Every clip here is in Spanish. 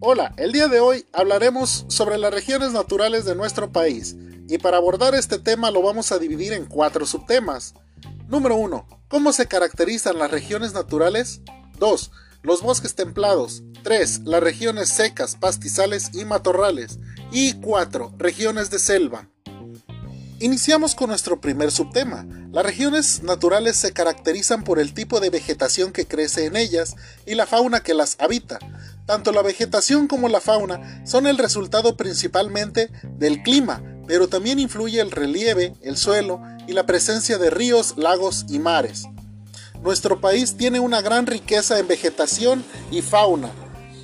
Hola, el día de hoy hablaremos sobre las regiones naturales de nuestro país y para abordar este tema lo vamos a dividir en 4 subtemas. Número 1. ¿Cómo se caracterizan las regiones naturales? 2. Los bosques templados. 3. Las regiones secas, pastizales y matorrales. Y 4. Regiones de selva. Iniciamos con nuestro primer subtema. Las regiones naturales se caracterizan por el tipo de vegetación que crece en ellas y la fauna que las habita. Tanto la vegetación como la fauna son el resultado principalmente del clima, pero también influye el relieve, el suelo y la presencia de ríos, lagos y mares. Nuestro país tiene una gran riqueza en vegetación y fauna.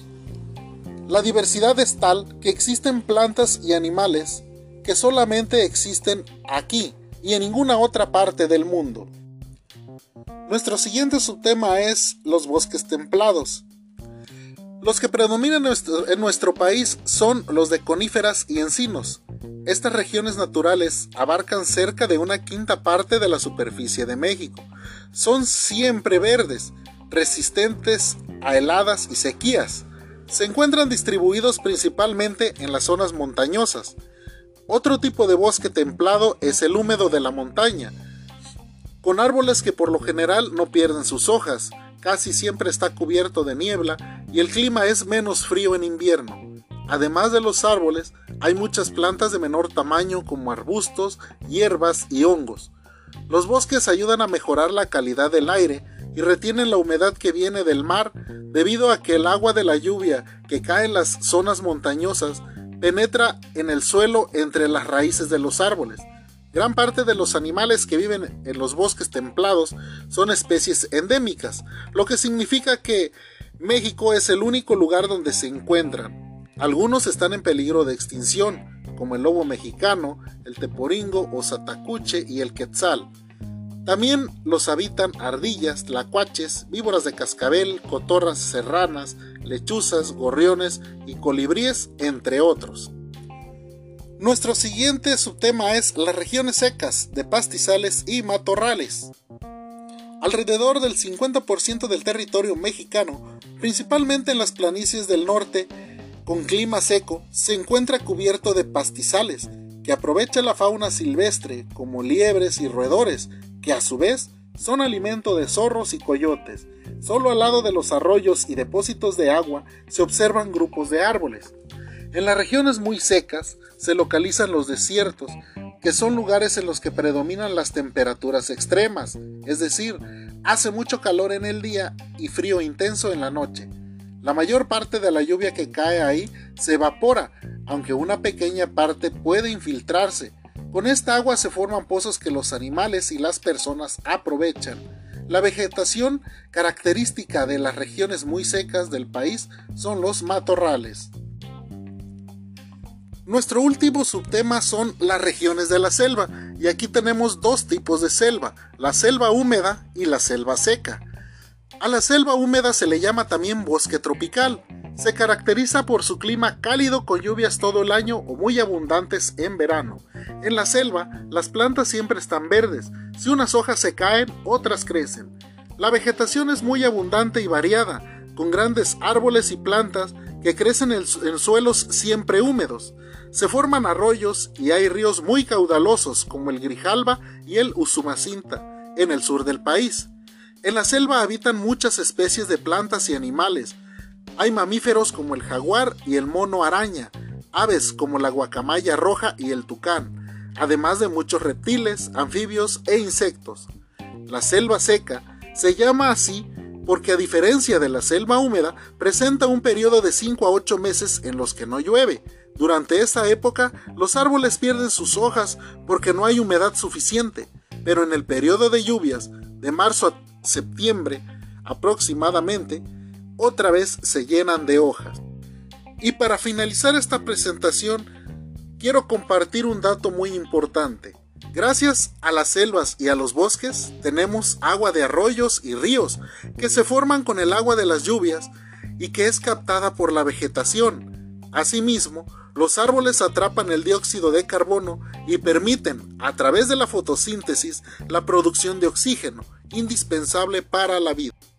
La diversidad es tal que existen plantas y animales que solamente existen aquí y en ninguna otra parte del mundo. Nuestro siguiente subtema es los bosques templados. Los que predominan en nuestro país son los de coníferas y encinos. Estas regiones naturales abarcan cerca de 1/5 parte de la superficie de México. Son siempre verdes, resistentes a heladas y sequías. Se encuentran distribuidos principalmente en las zonas montañosas. Otro tipo de bosque templado es el húmedo de la montaña, con árboles que por lo general no pierden sus hojas, casi siempre está cubierto de niebla y el clima es menos frío en invierno. Además de los árboles, hay muchas plantas de menor tamaño como arbustos, hierbas y hongos. Los bosques ayudan a mejorar la calidad del aire y retienen la humedad que viene del mar debido a que el agua de la lluvia que cae en las zonas montañosas penetra en el suelo entre las raíces de los árboles. Gran parte de los animales que viven en los bosques templados son especies endémicas, lo que significa que México es el único lugar donde se encuentran. Algunos están en peligro de extinción, como el lobo mexicano, el teporingo o satacuche y el quetzal. También los habitan ardillas, tlacuaches, víboras de cascabel, cotorras serranas, lechuzas, gorriones y colibríes, entre otros. Nuestro siguiente subtema es las regiones secas, de pastizales y matorrales. Alrededor del 50% del territorio mexicano, principalmente en las planicies del norte, con clima seco, se encuentra cubierto de pastizales, que aprovecha la fauna silvestre, como liebres y roedores, que a su vez son alimento de zorros y coyotes. Solo al lado de los arroyos y depósitos de agua se observan grupos de árboles. En las regiones muy secas se localizan los desiertos, que son lugares en los que predominan las temperaturas extremas, es decir, hace mucho calor en el día y frío intenso en la noche. La mayor parte de la lluvia que cae ahí se evapora, aunque una pequeña parte puede infiltrarse. Con esta agua se forman pozos que los animales y las personas aprovechan. La vegetación característica de las regiones muy secas del país son los matorrales. Nuestro último subtema son las regiones de la selva, y aquí tenemos 2 tipos de selva, la selva húmeda y la selva seca. A la selva húmeda se le llama también bosque tropical. Se caracteriza por su clima cálido con lluvias todo el año o muy abundantes en verano. En la selva, las plantas siempre están verdes. Si unas hojas se caen, otras crecen. La vegetación es muy abundante y variada, con grandes árboles y plantas que crecen en suelos siempre húmedos. Se forman arroyos y hay ríos muy caudalosos como el Grijalba y el Usumacinta en el sur del país. En la selva habitan muchas especies de plantas y animales. Hay mamíferos como el jaguar y el mono araña, aves como la guacamaya roja y el tucán, además de muchos reptiles, anfibios e insectos. La selva seca se llama así porque a diferencia de la selva húmeda, presenta un periodo de 5 a 8 meses en los que no llueve. Durante esta época, los árboles pierden sus hojas porque no hay humedad suficiente, pero en el periodo de lluvias, de marzo a septiembre aproximadamente, otra vez se llenan de hojas. Y para finalizar esta presentación, quiero compartir un dato muy importante. Gracias a las selvas y a los bosques, tenemos agua de arroyos y ríos que se forman con el agua de las lluvias y que es captada por la vegetación. Asimismo, los árboles atrapan el dióxido de carbono y permiten, a través de la fotosíntesis, la producción de oxígeno, indispensable para la vida.